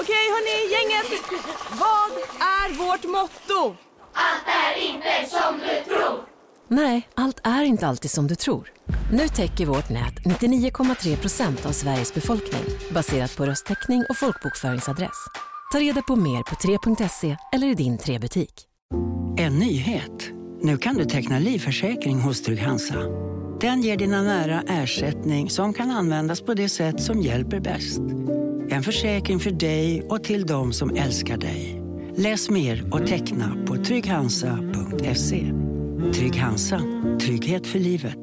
Okej, hörni, gänget. Vad är vårt motto? Allt är inte som du tror. Nej, allt är inte alltid som du tror. Nu täcker vårt nät 99,3% av Sveriges befolkning baserat på röstteckning och folkbokföringsadress. Ta reda på mer på 3.se eller i din 3-butik. En nyhet. Nu kan du teckna livförsäkring hos Trygg-Hansa. Den ger dina nära ersättning som kan användas på det sätt som hjälper bäst. En försäkring för dig och till de som älskar dig. Läs mer och teckna på trygghansa.se. Trygg-Hansa. Trygghet för livet.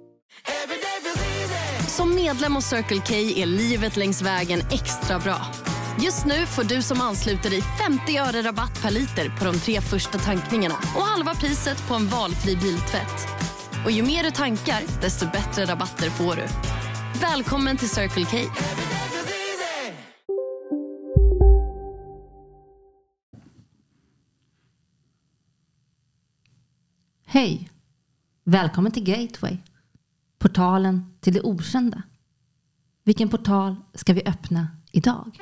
Som medlem hos Circle K är livet längs vägen extra bra. Just nu får du som ansluter dig 50 öre rabatt per liter på de 3 första tankningarna och halva priset på en valfri biltvätt. Och ju mer du tankar, desto bättre rabatter får du. Välkommen till Circle K. Hej! Välkommen till Gateway. Portalen till det okända. Vilken portal ska vi öppna idag?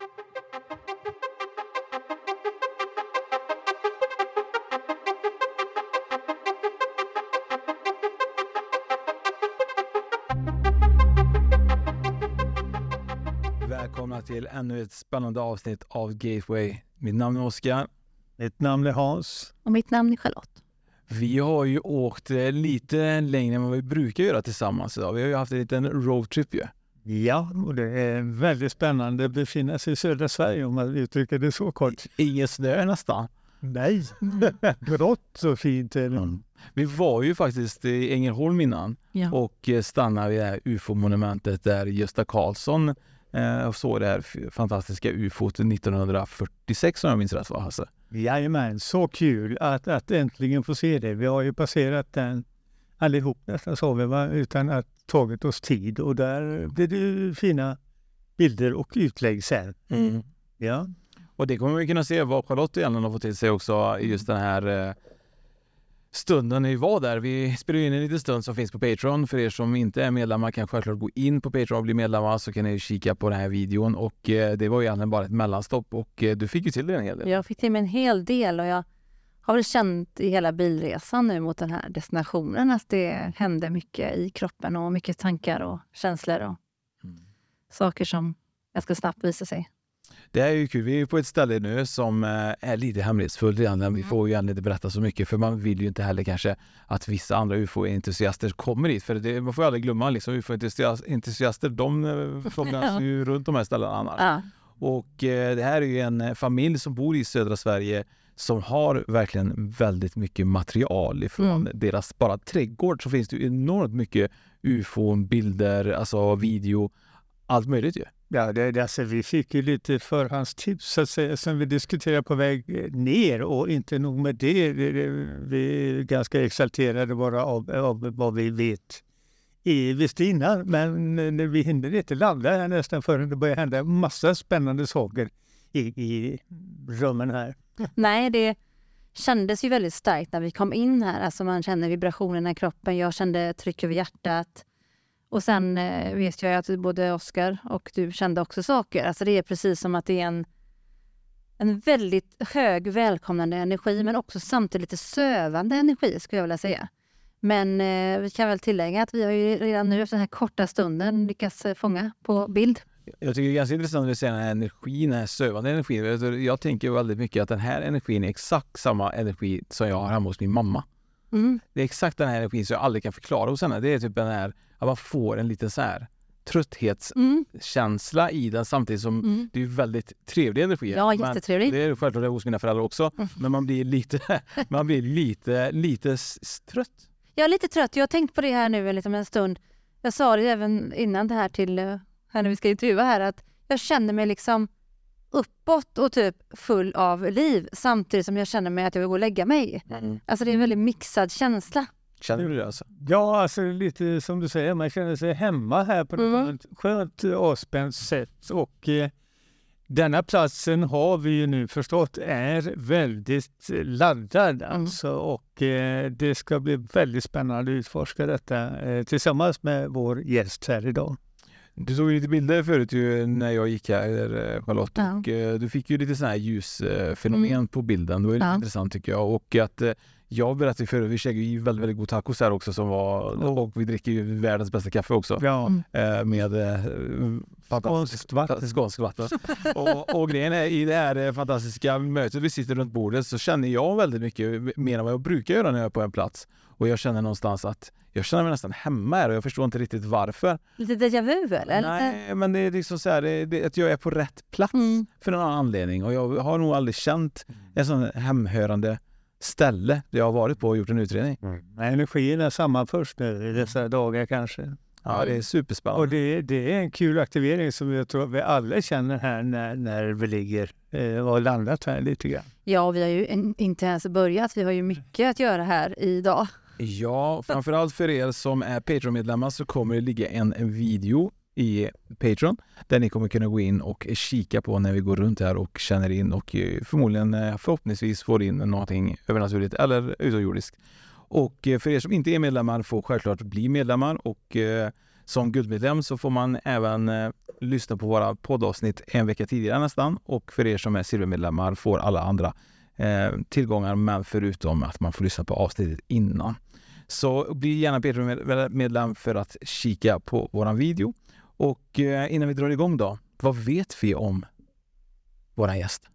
Välkomna till ännu ett spännande avsnitt av Gateway. Mitt namn är Oskar. Mitt namn är Hans. Och mitt namn är Charlotte. Vi har ju åkt lite längre än vad vi brukar göra tillsammans idag. Vi har ju haft en liten roadtrip ju. Ja, och det är väldigt spännande att befinna sig i södra Sverige om man uttrycker det så kort. Ingen snö nästan. Nej, grått så fint är det. Vi var ju faktiskt i Ängelholm innan och stannade vid det här UFO-monumentet där Gösta Karlsson såg det här fantastiska UFOt 1946 som jag minns rätt var, Hasse. Jajamän, så kul att äntligen få se det. Vi har ju passerat den allihop nästan så vi var utan att tagit oss tid och där blev det fina bilder och utlägg sen. Mm. Ja. Och det kommer vi kunna se vad Charlotte egentligen har fått till sig också i just den här stunden vi var där. Vi spelar in en liten stund som finns på Patreon. För er som inte är medlemmar kan självklart gå in på Patreon och bli medlemmar, så kan ni kika på den här videon. Och det var ju egentligen bara ett mellanstopp och du fick ju till det en hel del. Jag fick till mig en hel del och jag har väl känt i hela bilresan nu mot den här destinationen att det hände mycket i kroppen och mycket tankar och känslor och saker som jag ska snabbt visa sig. Det är ju kul. Vi är på ett ställe nu som är lite hemlighetsfullt redan. Vi får ju egentligen inte berätta så mycket för man vill ju inte heller kanske att vissa andra UFO-entusiaster kommer dit. För det, man får ju aldrig glömma liksom, UFO-entusiaster, de frågas ju runt de här ställena annars. Ja. Och det här är ju en familj som bor i södra Sverige som har verkligen väldigt mycket material ifrån deras bara trädgård, så finns det ju enormt mycket UFO-bilder, alltså video, allt möjligt ju. Ja, alltså, vi fick ju lite förhandstips så att säga, som vi diskuterade på väg ner och inte nog med det. Vi är ganska exalterade bara av vad vi visste innan, men vi hinner inte landa här nästan förrän det börjar hända massa spännande saker i rummen här. Nej, det kändes ju väldigt starkt när vi kom in här. Alltså man känner vibrationerna i kroppen, jag kände tryck över hjärtat. Och sen vet jag att både Oskar och du kände också saker. Alltså det är precis som att det är en väldigt hög välkomnande energi, men också samtidigt lite sövande energi skulle jag vilja säga. Men vi kan väl tillägga att vi har ju redan nu efter den här korta stunden lyckats fånga på bild. Jag tycker det är ganska intressant att se den här energin, den här sövande energin. Jag tänker väldigt mycket att den här energin är exakt samma energi som jag har hemma hos min mamma. Mm. Det är exakt den här energin som jag aldrig kan förklara hos henne. Det är typ den här att man får en liten så här trötthetskänsla i den samtidigt som det är väldigt trevlig energi. Ja, jättetrevlig. Det är självklart hos mina föräldrar också. Men man blir lite trött. Jag är lite trött. Jag har tänkt på det här nu en stund. Jag sa det även innan det här till här när vi ska intervjua här, att jag känner mig liksom uppåt och typ full av liv samtidigt som jag känner mig att jag vill gå och lägga mig. Alltså det är en väldigt mixad känsla. Känner du det alltså? Ja, alltså lite som du säger, man känner sig hemma här på ett skönt avspänt sätt och denna platsen har vi ju nu förstått är väldigt laddad alltså, och det ska bli väldigt spännande att utforska detta tillsammans med vår gäst här idag. Du såg ju lite bilder förut ju när jag gick här, Charlotte. Ja. Och du fick ju lite sån här ljusfenomen på bilden. Det var ju lite intressant tycker jag. Och att jag berättade förut, vi käkade ju väldigt, väldigt god tacos här också som var, och vi dricker ju världens bästa kaffe också. Ja. Med skånskt vatten. och grejen är, i det här fantastiska mötet vi sitter runt bordet så känner jag väldigt mycket mer än vad jag brukar göra när jag är på en plats. Och jag känner någonstans att jag känner mig nästan hemma här och jag förstår inte riktigt varför. Lite déjà vu eller? Nej, men det är liksom så här, att jag är på rätt plats för någon anledning. Och jag har nog aldrig känt en sån hemhörande ställe där jag har varit på och gjort en utredning. Energin är samma först nu i dessa dagar kanske. Ja, det är superspännande. Och det är en kul aktivering som jag tror vi alla känner här när vi ligger och landat här lite grann. Ja, vi har ju inte ens börjat. Vi har ju mycket att göra här idag. Ja, framförallt för er som är Patreon-medlemmar så kommer det ligga en video i Patreon där ni kommer kunna gå in och kika på när vi går runt här och känner in och förhoppningsvis får in någonting övernaturligt eller utomjordiskt. Och för er som inte är medlemmar får självklart bli medlemmar och som guldmedlem så får man även lyssna på våra poddavsnitt en vecka tidigare nästan, och för er som är silvermedlemmar får alla andra tillgångar, men förutom att man får lyssna på avsnittet innan. Så bli gärna Patreon-medlem för att kika på våran video. Och innan vi drar igång då, vad vet vi om våran gäst?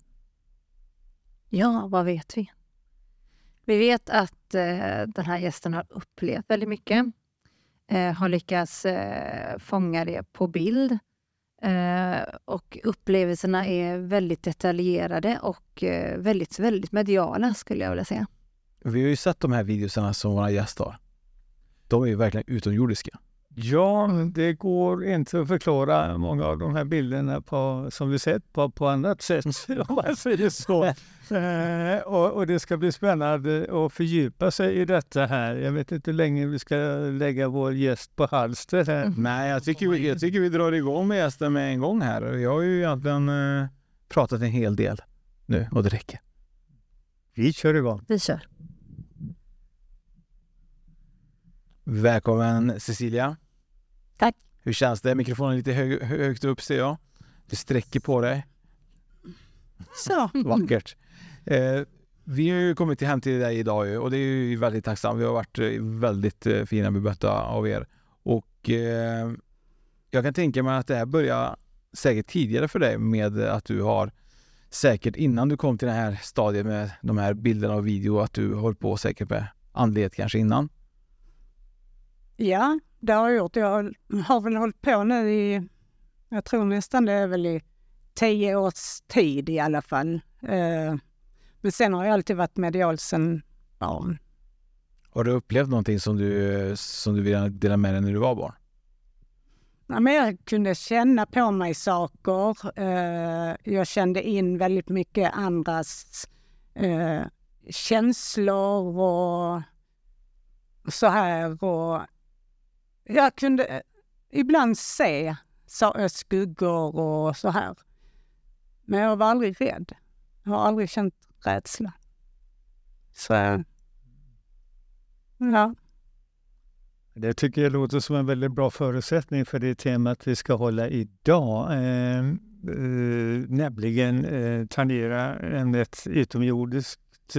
Ja, vad vet vi? Vi vet att den här gästen har upplevt väldigt mycket. Har lyckats fånga det på bild. Och upplevelserna är väldigt detaljerade och väldigt, väldigt mediala skulle jag vilja säga. Vi har ju sett de här videorna som våra gäst har. De är ju verkligen utomjordiska. Ja, det går inte att förklara många av de här bilderna som vi sett på annat sätt, om man säger så. Och det ska bli spännande att fördjupa sig i detta här. Jag vet inte hur länge vi ska lägga vår gäst på halster här. Nej, jag tycker vi drar igång med gästen med en gång här. Jag har ju egentligen pratat en hel del nu och det räcker. Vi kör igång. Vi kör. Välkommen Cecilia. Tack. Hur känns det? Mikrofonen är lite högt upp ser jag. Du sträcker på dig. Så. Vackert. Vi har ju kommit hem till dig idag och det är ju väldigt tacksamt. Vi har varit väldigt fina bemötta av er. Och jag kan tänka mig att det här börjar säkert tidigare för dig med att du har säkert innan du kom till det här stadiet med de här bilderna och video att du håller på säkert med andlighet kanske innan. Ja, det har jag gjort. Jag har väl hållit på nu jag tror nästan det är väl i 10 års tid i alla fall. Men sen har jag alltid varit medial sedan barn. Har du upplevt någonting som du vill dela med dig när du var barn? Ja, men jag kunde känna på mig saker. Jag kände in väldigt mycket andras känslor och så här. Och jag kunde ibland se skuggor och så här. Men jag var aldrig rädd. Jag har aldrig känt rädsla. Så ja. Det tycker jag låter som en väldigt bra förutsättning för det temat vi ska hålla idag. Nämligen tangera ämnet utomjordiskt.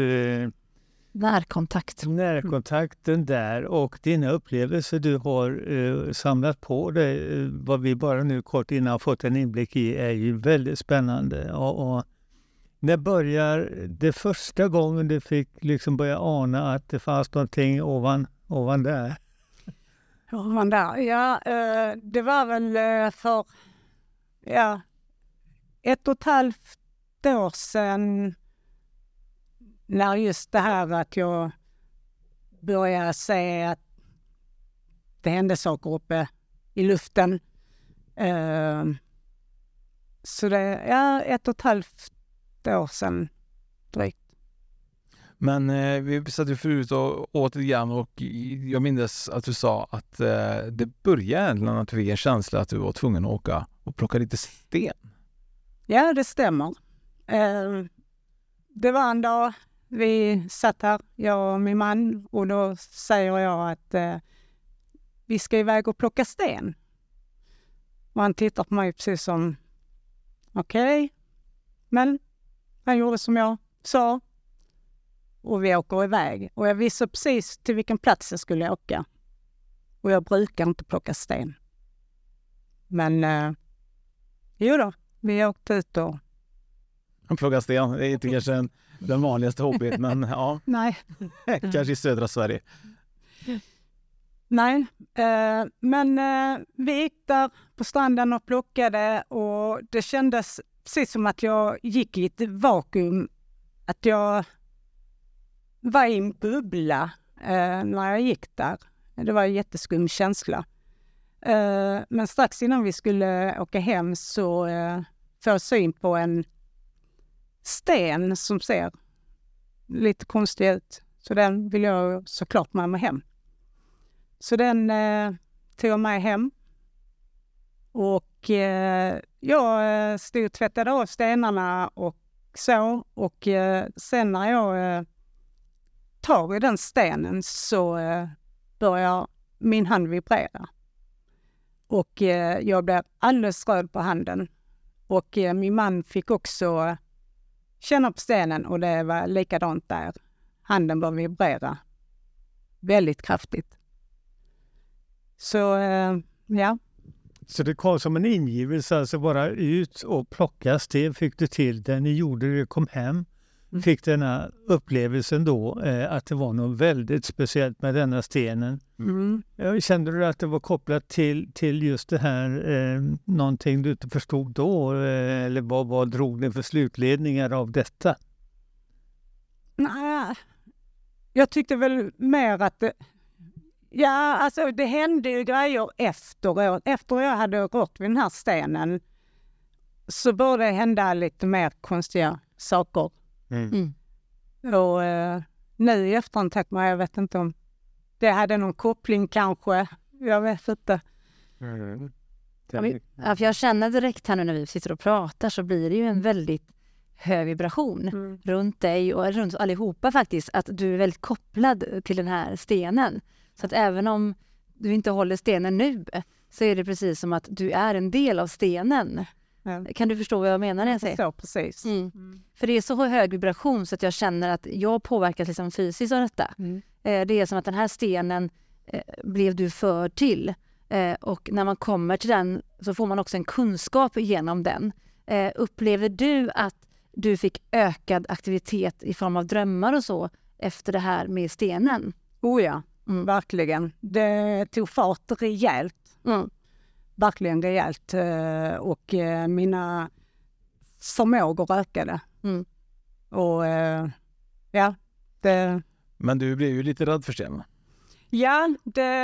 Närkontakten där och dina upplevelser du har samlat på dig, vad vi bara nu kort innan har fått en inblick i, är ju väldigt spännande. Och när börjar det första gången du fick liksom börja ana att det fanns någonting ovan där? Ovan där? Ja, det var väl för 1,5 år sedan. När just det här att jag började se att det hände saker uppe i luften. Så det är 1,5 år sedan drygt. Men vi satt ju förut och åt lite grann och jag minns att du sa att det började egentligen att du fick en känsla att du var tvungen att åka och plocka lite sten. Ja, det stämmer. Det var en dag vi satt här, jag och min man, och då säger jag att vi ska iväg och plocka sten. Och han tittar på mig precis som okej. Men han gjorde som jag sa. Och vi åker iväg. Och jag visste precis till vilken plats jag skulle åka. Och jag brukar inte plocka sten. Men jo då, vi åkte ut och... Plocka sten, det är inte kanske den vanligaste hobbyn, men ja. Nej. Kanske i södra Sverige. Nej, men vi gick där på stranden och plockade och det kändes precis som att jag gick i ett vakuum. Att jag var i en bubbla när jag gick där. Det var en jätteskum känsla. Men strax innan vi skulle åka hem så får jag syn på en sten som ser lite konstig ut. Så den vill jag såklart med mig hem. Så den tog jag med hem. Och jag stod och tvättade av stenarna och så. Och sen när jag tar i den stenen så börjar min hand vibrera. Och jag blev alldeles röd på handen. Och min man fick också känna på stenen och det var likadant där. Handen började vibrera väldigt kraftigt. Så ja. Så det kom som en ingivelse, alltså bara ut och plocka sten fick du till det. Ni gjorde det, kom hem. Fick denna upplevelsen då att det var något väldigt speciellt med denna stenen. Kände du att det var kopplat till just det här någonting du inte förstod då? Eller vad drog ni för slutledningar av detta? Nej, jag tyckte väl mer att det hände ju grejer efteråt. Efter jag hade rört vid den här stenen så började det hända lite mer konstiga saker. Och nu i efterhand tänker man, jag vet inte om det hade någon koppling kanske. Jag vet inte. Ja, för jag känner direkt här nu när vi sitter och pratar så blir det ju en väldigt hög vibration runt dig och runt allihopa faktiskt. Att du är väldigt kopplad till den här stenen. Så att även om du inte håller stenen nu så är det precis som att du är en del av stenen. Ja. Kan du förstå vad jag menar när jag säger? Så precis. För det är så hög vibration så att jag känner att jag påverkas liksom fysiskt av detta. Det är som att den här stenen blev du för till. Och när man kommer till den så får man också en kunskap genom den. Upplever du att du fick ökad aktivitet i form av drömmar och så efter det här med stenen? Oh ja, verkligen. Det tog fart rejält. Verkligen rejält. Och mina förmågor ökade. Och ja, det... Men du blev ju lite rädd för stenen. Ja,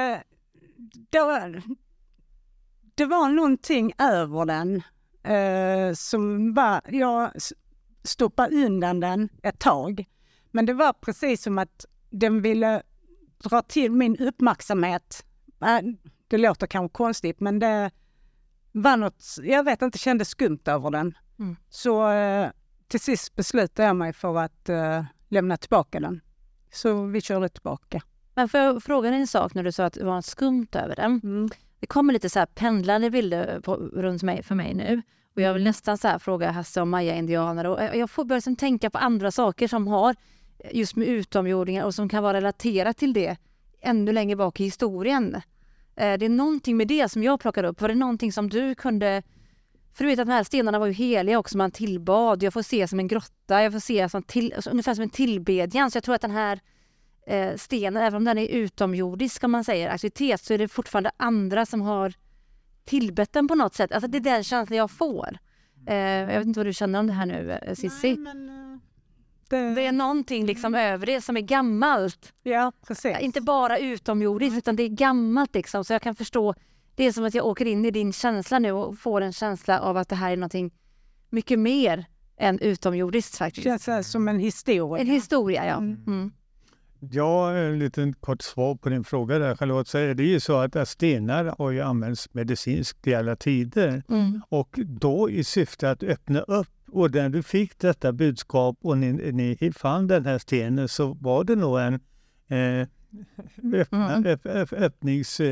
det var någonting över den som var... Jag stoppade undan den ett tag. Men det var precis som att den ville dra till min uppmärksamhet. Det låter kanske konstigt, men det var något, jag vet inte, kändes skumt över den. Så till sist beslutade jag mig för att lämna tillbaka den. Så vi körde tillbaka. Men får jag fråga dig en sak när du sa att det var något skumt över den? Det kommer lite så här pendlande bilder runt mig för mig nu. Och jag vill nästan så här fråga Hasse om Maya-indianer. Och jag får börja tänka på andra saker som har just med utomjordingar och som kan vara relaterat till det ännu längre bak i historien. Det är någonting med det som jag plockar upp. Var det någonting som du kunde... För du vet att de här stenarna var ju heliga också. Man tillbad. Jag får se som en grotta. Jag får se som ungefär som en tillbedjan. Så jag tror att den här stenen, även om den är utomjordisk kan man säga, aktivitet, så är det fortfarande andra som har tillbett den på något sätt. Alltså det är den känslan jag får. Jag vet inte vad du känner om det här nu, Cissi. Nej, men... Det är någonting liksom över det som är gammalt. Ja, precis. Inte bara utomjordiskt utan det är gammalt liksom. Så jag kan förstå, det är som att jag åker in i din känsla nu och får en känsla av att det här är någonting mycket mer än utomjordiskt faktiskt. Det känns som en historia. En historia, ja. Ja, en liten kort svar på din fråga där, Charlotte. Så är det ju så att stenar har ju använts medicinskt i alla tider. Och då i syfte att öppna upp. Och när du fick detta budskap och ni fann den här stenen så var det nog en öppningstid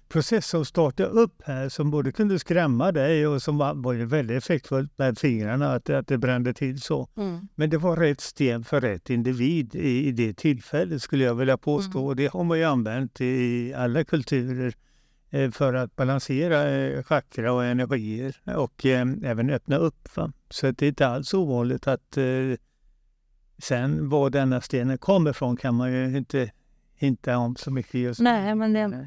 process som startade upp här som både kunde skrämma dig och som var ju väldigt effektfullt med fingrarna att det brände till så. Men det var rätt sten för rätt individ i det tillfället skulle jag vilja påstå. Och det har man ju använt i alla kulturer för att balansera chakra och energier och även öppna upp. Va? Så att det är inte alls ovanligt att sen var denna stenen kommer ifrån kan man ju inte hinta om så mycket just. Nej, men det...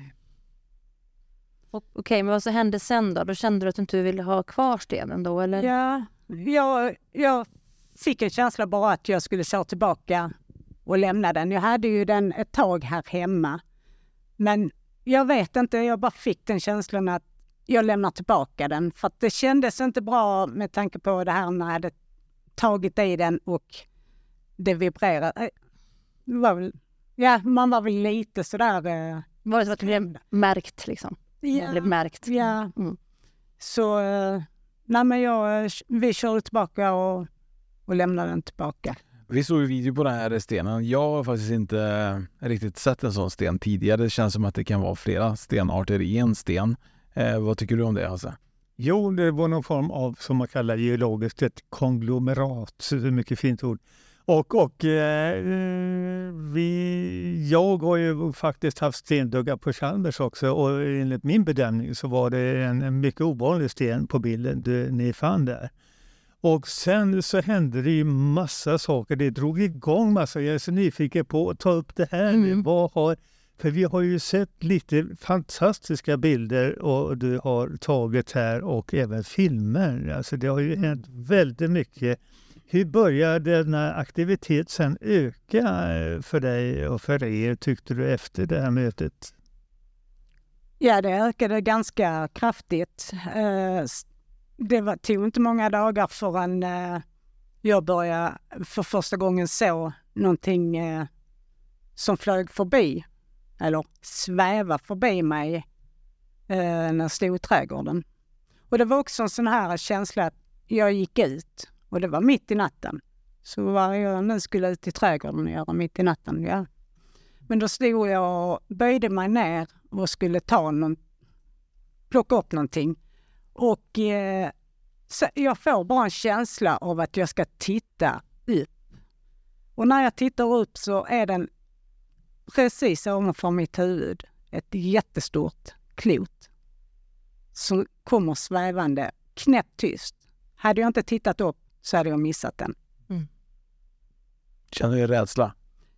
Okej, men vad så hände sen då? Då kände du att du inte ville ha kvar stenen då, eller? Ja, jag fick en känsla bara att jag skulle köra tillbaka och lämna den. Jag hade ju den ett tag här hemma. Men jag vet inte, jag bara fick den känslan att jag lämnar tillbaka den. För att det kändes inte bra med tanke på det här när jag hade tagit i den och det vibrerade. Det var väl, man var väl lite sådär... Var det så att det blev märkt liksom? Ja. Blev märkt. Ja. Så nej, men vi körde tillbaka och lämnade den tillbaka. Vi såg ju video på den här stenen. Jag har faktiskt inte riktigt sett en sån sten tidigare. Det känns som att det kan vara flera stenarter i en sten. Vad tycker du om det, Hasse? Jo, det var någon form av, som man kallar geologiskt, ett konglomerat. Så det är ett mycket fint ord. Jag har ju faktiskt haft stenduggar på Chalmers också och enligt min bedömning så var det en mycket ovanlig sten på bilden ni fann där. Och sen så hände det ju massa saker, det drog igång massa, jag är så nyfiken på att ta upp det här. För vi har ju sett lite fantastiska bilder och du har tagit här och även filmer, alltså det har ju hänt väldigt mycket. Hur började denna aktivitet sen öka för dig och för er, tyckte du, efter det här mötet? Ja, det ökade ganska kraftigt. Det tog inte många dagar förrän jag började för första gången så någonting som flög förbi, eller sväva förbi mig när jag stod i trädgården. Och det var också en sån här känsla att jag gick ut. Och det var mitt i natten. Så vad jag nu skulle ut i trädgården och göra mitt i natten, ja. Men då stod jag och böjde mig ner och skulle plocka upp någonting. Och så jag får bara en känsla av att jag ska titta upp. Och när jag tittar upp så är den precis ovanför mitt huvud. Ett jättestort klot som kommer svävande knäpptyst. Hade jag inte tittat upp så hade jag missat den. Känner du rädsla?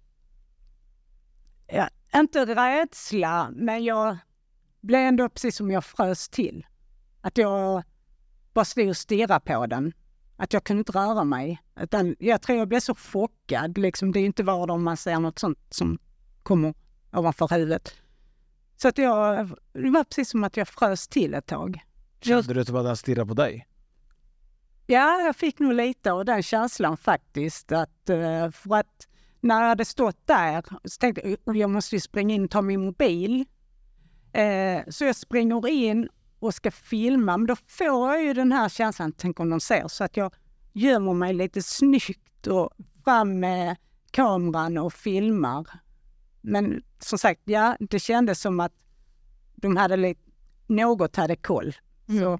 Ja, inte rädsla, men jag blev ändå precis som jag frös till. Att jag bara stod och stirrade på den. Att jag kunde inte röra mig. Utan jag tror jag blev så chockad. Liksom, det är inte var om man ser något sånt som kommer ovanför huvudet. Så att det var precis som att jag frös till ett tag. Kände du att den stirrade på dig? Ja, jag fick nog lite av den känslan faktiskt. För att när jag hade stått där så tänkte jag måste springa in och ta min mobil. Så jag springer in och ska filma. Men då får jag ju den här känslan, tänk om de ser. Så att jag gömmer mig lite snyggt och fram med kameran och filmar. Men som sagt, ja, det kändes som att de hade något hade koll. Så.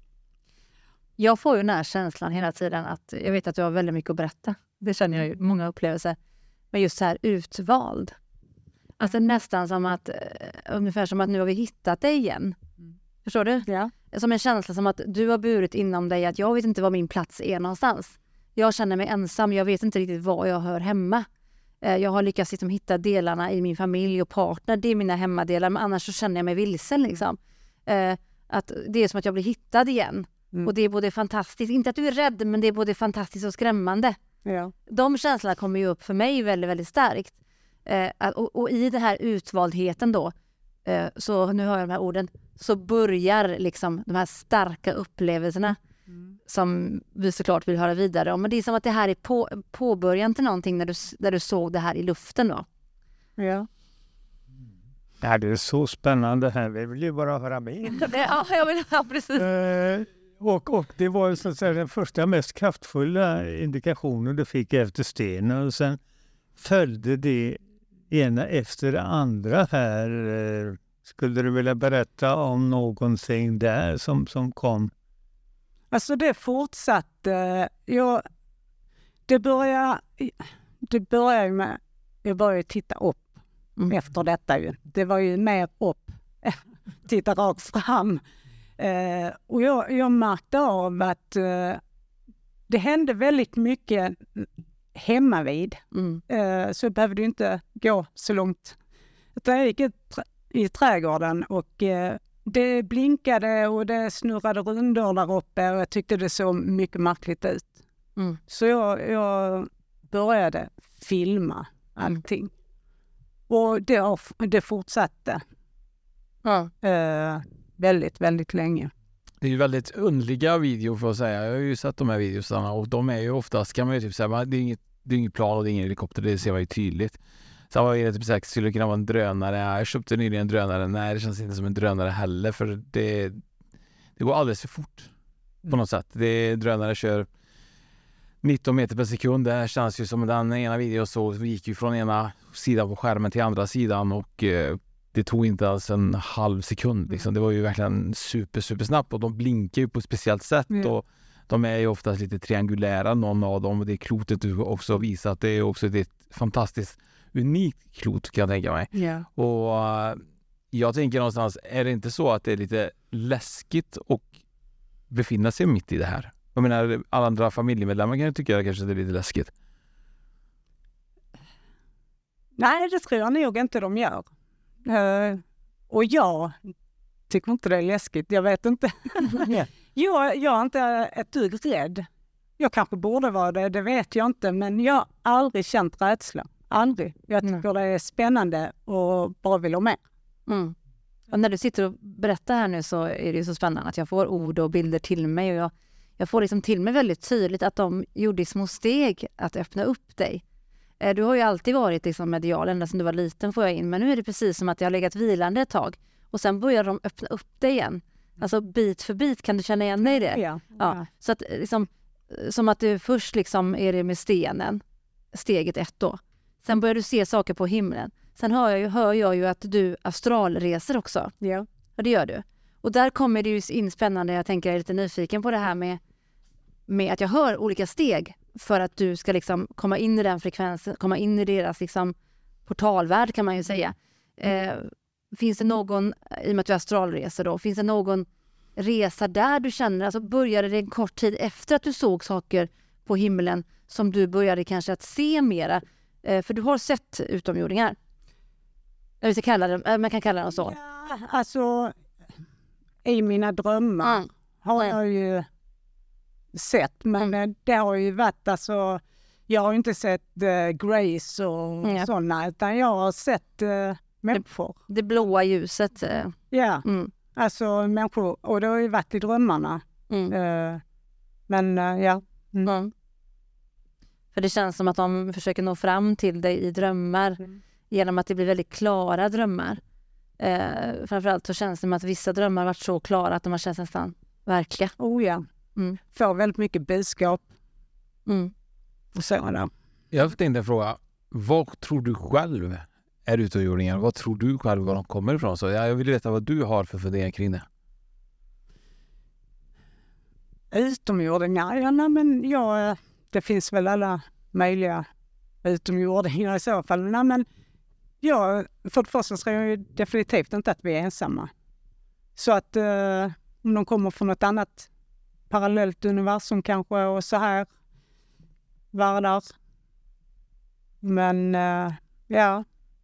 Jag får ju den här känslan hela tiden att jag vet att du har väldigt mycket att berätta. Det känner jag ju, många upplevelser. Men just så här utvald. Alltså nästan som att, ungefär som att nu har vi hittat dig igen. Förstår du? Ja. Som en känsla som att du har burit inom dig att jag vet inte var min plats är någonstans. Jag känner mig ensam, jag vet inte riktigt var jag hör hemma. Jag har lyckats hitta delarna i min familj och partner, det är mina hemmadelar. Men annars så känner jag mig vilsen liksom. Att det är som att jag blir hittad igen. Och det är både fantastiskt, inte att du är rädd, men det är både fantastiskt och skrämmande. Ja. De känslorna kommer ju upp för mig väldigt, väldigt starkt. Och i den här utvaldheten då, så nu hör jag de här orden, så börjar liksom de här starka upplevelserna som vi såklart vill höra vidare om. Men det är som att det här är påbörjan till någonting när du såg det här i luften då. Ja. Ja, det är så spännande här. Vi vill ju bara höra med. Ja, jag vill ha precis. Och det var ju så att säga den första mest kraftfulla indikationen du fick efter stenen. Och sen följde det ena efter det andra här Skulle du vilja berätta om någonting där som kom? Alltså det fortsatte. Det började med, jag började titta upp efter detta ju. Det var ju mer upp, titta rakt fram. Och jag märkte av att det hände väldigt mycket hemma vid. Så jag behövde ju inte gå så långt. Jag gick i trädgården och det blinkade och det snurrade rundor där uppe och jag tyckte det såg mycket märkligt ut. Så jag började filma allting. Och det fortsatte väldigt, väldigt länge. Det är ju väldigt underliga videor för att säga. Jag har ju sett de här videorna och de är ju oftast, kan man ju typ säga, det är inget plan och det är ingen helikopter, det ser man ju tydligt. Så var det typ säkert, skulle det kunna vara en drönare. Jag köpte nyligen en drönare. Nej, det känns inte som en drönare heller för det går alldeles för fort på något sätt. Drönare kör 19 meter per sekund. Det här känns ju som den ena videon så gick ju från ena sidan på skärmen till andra sidan och det tog inte alls en halv sekund. Liksom. Det var ju verkligen super snabbt och de blinkar ju på ett speciellt sätt och de är ju oftast lite triangulära, någon av dem, och det klotet du också visar att det är också ett fantastiskt unikt klot kan jag tänka mig. Och jag tänker någonstans, är det inte så att det är lite läskigt att befinna sig mitt i det här? Jag menar, alla andra familjemedlemmar kan ju tycka att kanske det är lite läskigt. Nej, det tror jag nog inte de gör. Och jag tycker inte det är läskigt. Jag vet inte. Jag är inte ett dugg rädd. Jag kanske borde vara det vet jag inte. Men jag har aldrig känt rädsla. Aldrig. Jag tycker det är spännande och bara vill ha mer. Och när du sitter och berättar här nu så är det ju så spännande att jag får ord och bilder till mig. Och jag får liksom till mig väldigt tydligt att de gjorde små steg att öppna upp dig. Du har ju alltid varit liksom medial ända sedan du var liten får jag in. Men nu är det precis som att jag har legat vilande ett tag. Och sen börjar de öppna upp dig igen. Alltså bit för bit, kan du känna igen dig i det? Ja. Så att liksom, som att du först liksom är det med stenen. Steget 1 då. Sen börjar du se saker på himlen. Sen hör jag ju att du astralreser också. Ja, det gör du. Och där kommer det ju in spännande. Jag tänker jag är lite nyfiken på det här med att jag hör olika steg. För att du ska liksom komma in i den frekvensen, komma in i deras liksom portalvärld kan man ju säga. Finns det någon, i och med att du astralreser då, finns det någon resa där du känner, alltså började det en kort tid efter att du såg saker på himlen som du började kanske att se mera? För du har sett utomjordingar. Jag vill kalla dem, man kan kalla dem så. Ja, alltså i mina drömmar har jag ju sett, men det har ju varit alltså, jag har inte sett Grace och sådana, utan jag har sett människor. Det blåa ljuset. Ja, alltså människor, och det har ju varit i drömmarna. Men ja. För det känns som att de försöker nå fram till dig i drömmar genom att det blir väldigt klara drömmar. Framförallt så känns det som att vissa drömmar har varit så klara att de har känts nästan verkliga. Får väldigt mycket budskap. Och så där. Jag tänkte fråga, vad tror du själv är utomjordingar? Vad tror du själv var de kommer ifrån? Så jag vill veta vad du har för funderingar kring det. Utomjordingar? Ja, men det finns väl alla möjliga utomjordingar i så fall. Nej, men för det första tror jag definitivt inte att vi är ensamma. Så att om de kommer från ett annat parallellt universum kanske och så här världar. Men ja,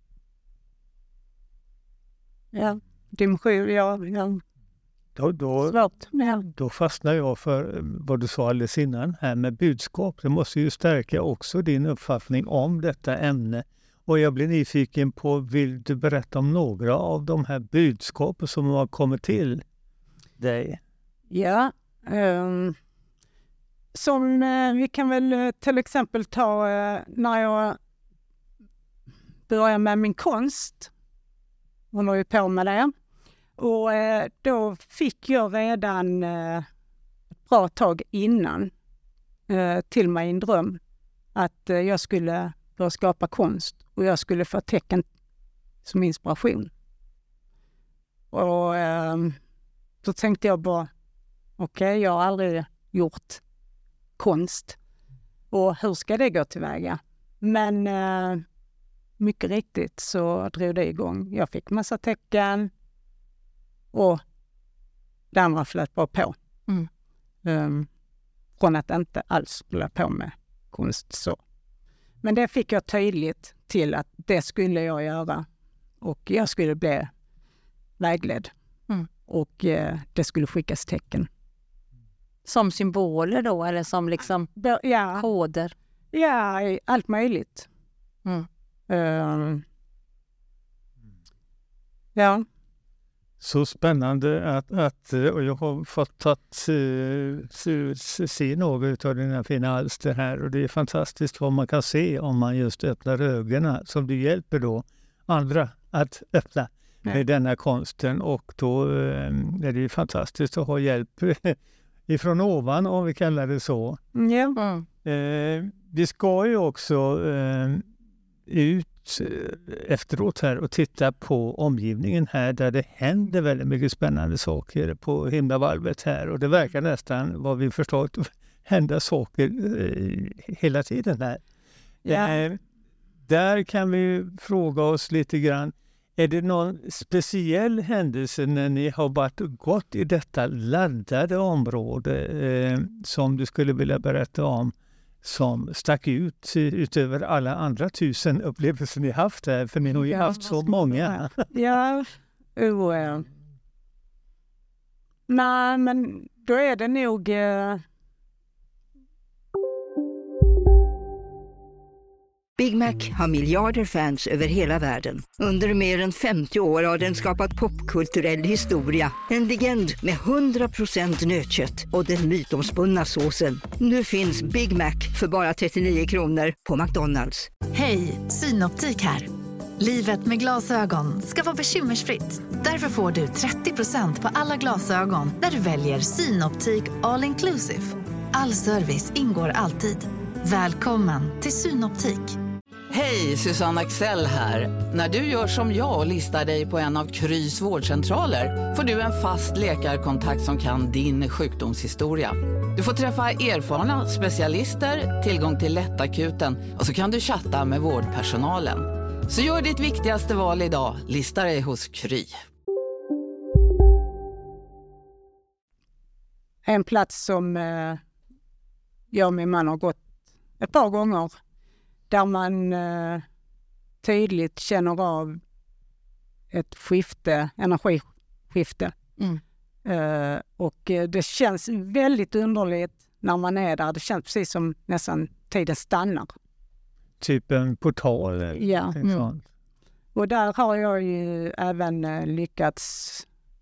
dimension, Då fastnar jag för vad du sa alldeles innan här med budskap. Det måste ju stärka också din uppfattning om detta ämne. Och jag blir nyfiken på, vill du berätta om några av de här budskapen som har kommit till dig? Ja, som vi kan väl till exempel ta när jag började med min konst. Hon har ju på med det. Och då fick jag redan ett bra tag innan till mig en dröm att jag skulle börja skapa konst och jag skulle få tecken som inspiration. Och då tänkte jag bara, okej, jag har aldrig gjort konst. Och hur ska det gå tillväga? Men mycket riktigt så drog det igång. Jag fick massa tecken och det andra flöt bara på. Från att inte alls hålla på med konst så. Men det fick jag tydligt till att det skulle jag göra. Och jag skulle bli vägledd. Och det skulle skickas tecken. Som symboler då, eller som liksom koder? Ja, allt möjligt. Ja. Så spännande att och jag har fått se något av dina fina alster här, och det är fantastiskt vad man kan se om man just öppnar ögonen, som du hjälper då andra att öppna med denna konsten, och då är det ju fantastiskt att ha hjälp ifrån ovan, om vi kallar det så. Vi ska ju också ut efteråt här och titta på omgivningen här, där det händer väldigt mycket spännande saker på himlavalvet här, och det verkar nästan, vad vi förstått, hända saker hela tiden här. Där kan vi fråga oss lite grann, är det någon speciell händelse när ni har gått i detta laddade område som du skulle vilja berätta om, som stack ut utöver alla andra 1000 upplevelser ni haft här? För ni har ju haft så många. Nej, men då är det nog... Big Mac har miljarder fans över hela världen. Under mer än 50 år har den skapat popkulturell historia. En legend med 100% nötkött och den mytomspunna såsen. Nu finns Big Mac för bara 39 kronor på McDonalds. Hej, Synoptik här. Livet med glasögon ska vara bekymmersfritt. Därför får du 30% på alla glasögon när du väljer Synoptik All Inclusive. All service ingår alltid. Välkommen till Synoptik. Hej, Susanne Axel här. När du gör som jag och listar dig på en av Krys vårdcentraler får du en fast läkarkontakt som kan din sjukdomshistoria. Du får träffa erfarna specialister, tillgång till lättakuten och så kan du chatta med vårdpersonalen. Så gör ditt viktigaste val idag, lista dig hos Kry. En plats som jag och min man har gått ett par gånger, där man tydligt känner av ett energiskifte. Och det känns väldigt underligt när man är där. Det känns precis som nästan tiden stannar. Typ en portal eller sånt. Och där har jag ju även lyckats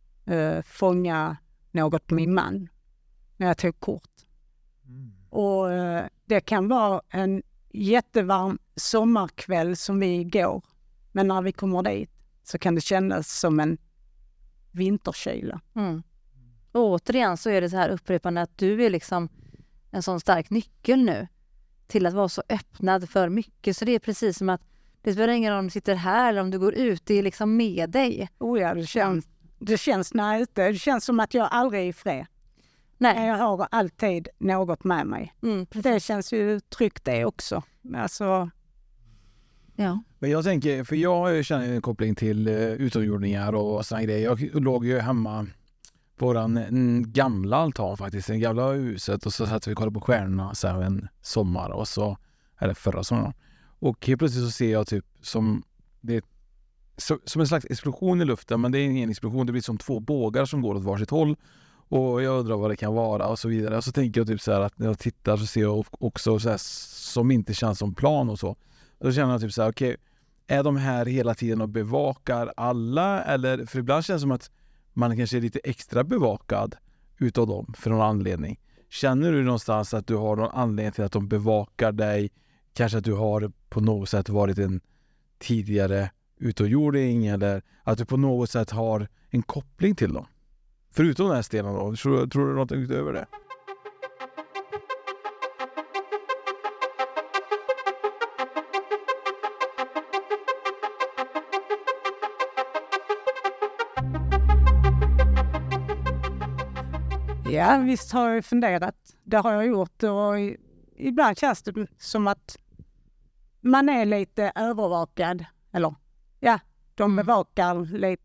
fånga något på min man när jag tog kort. Och det kan vara en jättevarm sommarkväll som vi går. Men när vi kommer dit så kan det kännas som en vinterkyla. Och återigen så är det så här upprepande att du är liksom en sån stark nyckel nu till att vara så öppnad för mycket. Så det är precis som att det spelar ingen roll om du sitter här eller om du går ut, det är liksom med dig. Det känns när jag är ute. Det känns som att jag aldrig är i fred. Nej. Jag har alltid något med mig. Det känns ju tryggt det också. Alltså, ja. Men jag tänker, för jag känner en koppling till utomjordingar och sådana grejer. Jag låg ju hemma på våran gamla altan faktiskt, det gamla huset, och så satt vi och kollade på stjärnorna så här en sommar, och så, eller förra sommaren. Och helt plötsligt så ser jag typ som en slags explosion i luften, men det är ingen explosion, det blir som 2 bågar som går åt varsitt håll. Och jag undrar vad det kan vara och så vidare. Och så tänker jag typ så här att när jag tittar så ser jag också så här, som inte känns som plan och så. Då känner jag typ så här, okej, är de här hela tiden och bevakar alla? Eller, för ibland känns det som att man kanske är lite extra bevakad utav dem för någon anledning. Känner du någonstans att du har någon anledning till att de bevakar dig? Kanske att du har på något sätt varit en tidigare utomjording, eller att du på något sätt har en koppling till dem? Förutom den här stenen då, tror du något utöver det? Ja, visst har jag funderat. Det har jag gjort och ibland känns det som att man är lite övervakad. Eller ja, de bevakar lite.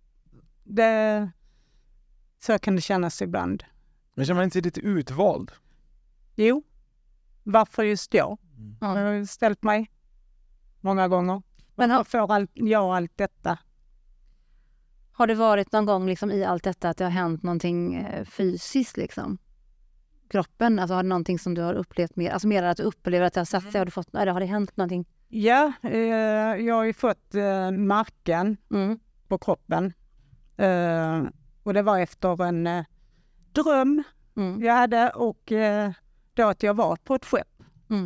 Så kan det kännas ibland. Men känner man inte lite utvald? Jo, varför just jag? Jag har ställt mig många gånger. Men får jag allt detta? Har det varit någon gång liksom i allt detta att det har hänt någonting fysiskt liksom? Kroppen, alltså har det någonting som du har upplevt mer? Alltså mer att du upplever att det har satt sig, har det hänt någonting? Ja, jag har ju fått märken på kroppen. Och det var efter en dröm jag hade och då att jag var på ett skepp.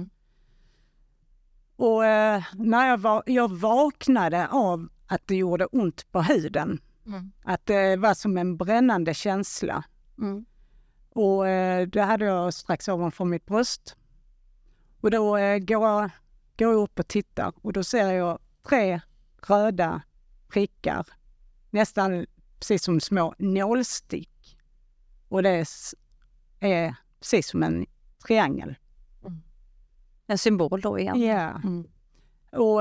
Och när jag vaknade av att det gjorde ont på huden. Att det var som en brännande känsla. Och det hade jag strax ovanför mitt bröst. Och då går jag upp och tittar och då ser jag 3 röda prickar. Nästan precis som små nålstick. Och det är precis som en triangel. En symbol då igen. Ja. Och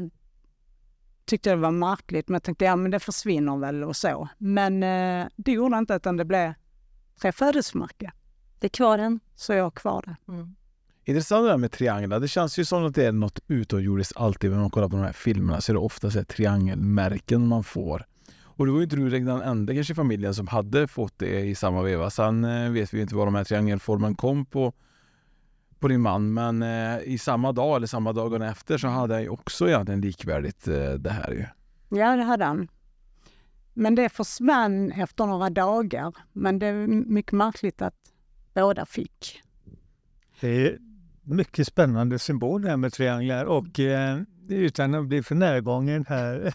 tyckte det var märkligt. Men jag tänkte, men det försvinner väl och så. Men det gjorde inte, utan det blev 3 födelsemärken. Det är kvar den. Så jag har kvar det. Intressant det där med trianglar. Det känns ju som att det är något utomjordiskt alltid när man kollar på de här filmerna. Så är det ofta så här triangelmärken man får. Och det var ju inte du den enda kanske i familjen som hade fått det i samma veva. Sen vet vi inte var de här triangelformen kom på din man. Men i samma dag eller samma dagen efter så hade han ju också egentligen likvärdigt det här ju. Ja, det hade han. Men det försvann efter några dagar. Men det är mycket märkligt att båda fick. Det är mycket spännande symbol här med trianglar och utan att bli för närgången här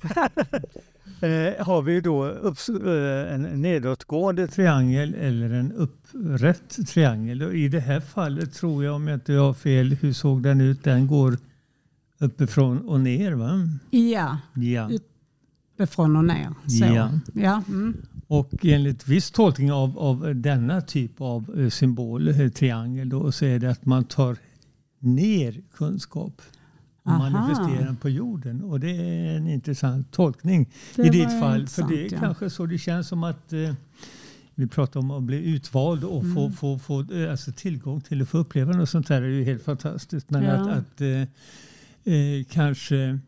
har vi då en nedåtgående triangel eller en upprätt triangel. Och i det här fallet tror jag, om jag inte har fel, hur såg den ut? Den går uppifrån och ner, va? Ja. Uppifrån och ner. Så. Ja. Och enligt viss tolkning av denna typ av symbol, triangel, då, så är det att man tar ner kunskap och manifesterar den på jorden. Och det är en intressant tolkning i ditt fall. För det är kanske så det känns som att vi pratar om att bli utvald och få alltså tillgång till att få uppleva något sånt här är ju helt fantastiskt. Men att kanske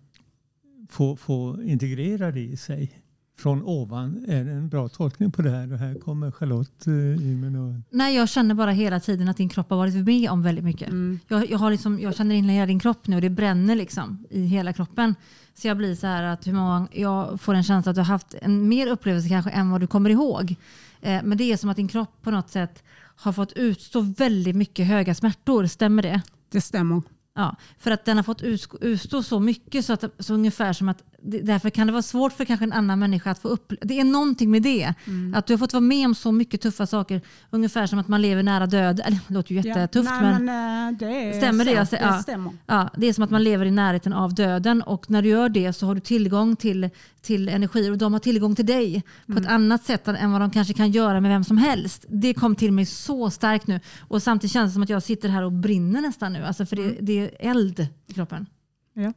få integrera det i sig från ovan är en bra tolkning på det här. Och här kommer Charlotte in med något. Nej, jag känner bara hela tiden att din kropp har varit med om väldigt mycket. Jag känner in hela din kropp nu och det bränner liksom i hela kroppen. Så jag blir så här att jag får en känsla att du har haft en mer upplevelse kanske än vad du kommer ihåg. Men det är som att din kropp på något sätt har fått utstå väldigt mycket höga smärtor. Stämmer det? Det stämmer. Ja, för att den har fått utstå så mycket så ungefär som att därför kan det vara svårt för kanske en annan människa att få upp. Det är någonting med det. Att du har fått vara med om så mycket tuffa saker. Ungefär som att man lever nära död. Eller, det låter ju jättetufft. Men det stämmer det? Så, det stämmer. Ja, det är som att man lever i närheten av döden. Och när du gör det så har du tillgång till energier. Och de har tillgång till dig på ett annat sätt än vad de kanske kan göra med vem som helst. Det kom till mig så starkt nu. Och samtidigt känns det som att jag sitter här och brinner nästan nu. Alltså för det är eld i kroppen. Ja.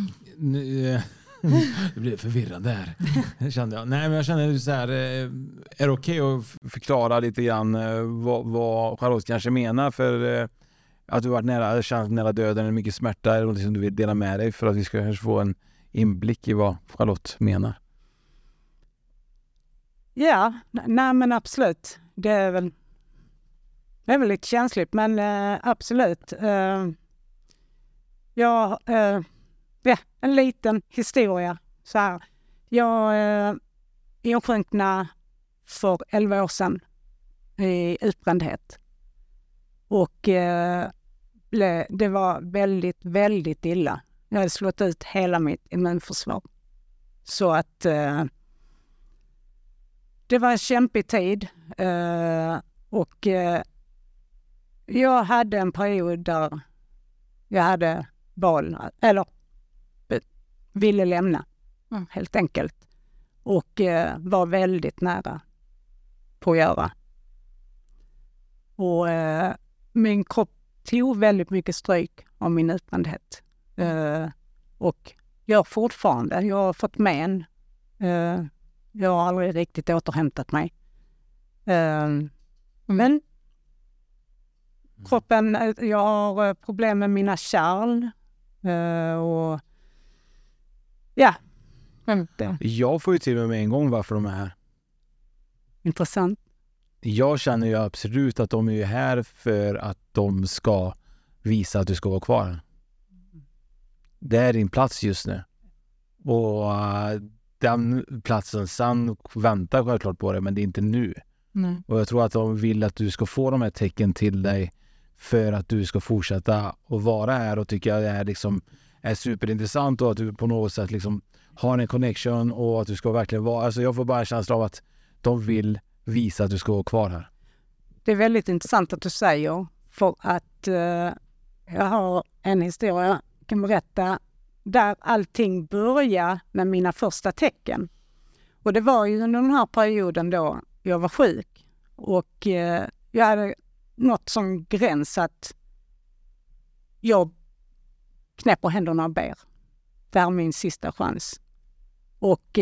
Det blev förvirrande här. Kände jag. Nej, men jag känner så här, är det okej att förklara lite grann vad Charlotte kanske menar för att du varit nära döden, eller mycket smärta, eller något som du vill dela med dig för att vi ska kanske få en inblick i vad Charlotte menar. Ja, nej men absolut. Det är väl lite känsligt, men absolut. En liten historia. Så här. Jag insjuknade för 11 år sedan i utbrändhet. Och det var väldigt, väldigt illa. Jag hade slått ut hela mitt immunförsvar. Så att det var en kämpig tid. Och jag hade en period där jag hade ville lämna helt enkelt. Och var väldigt nära på att göra. Och min kropp tog väldigt mycket stryk av min utbrändhet. Och jag fortfarande, jag har fått men. Jag har aldrig riktigt återhämtat mig. Men kroppen, jag har problem med mina kärl. Och ja. Jag får ju till med en gång varför de är här. Intressant. Jag känner ju absolut att de är här för att de ska visa att du ska vara kvar. Det är din plats just nu. Och den platsen sen väntar självklart på det, men det är inte nu. Nej. Och jag tror att de vill att du ska få de här tecken till dig för att du ska fortsätta att vara här, och tycker jag det här liksom är superintressant, och att du på något sätt liksom har en connection, och att du ska verkligen vara, alltså jag får bara en känsla av att de vill visa att du ska vara kvar här. Det är väldigt intressant att du säger, för att jag har en historia jag kan berätta där allting börjar med mina första tecken. Och det var ju under den här perioden då jag var sjuk, och jag hade något som gräns att jag knäpper händerna och ber. Det här är min sista chans. Och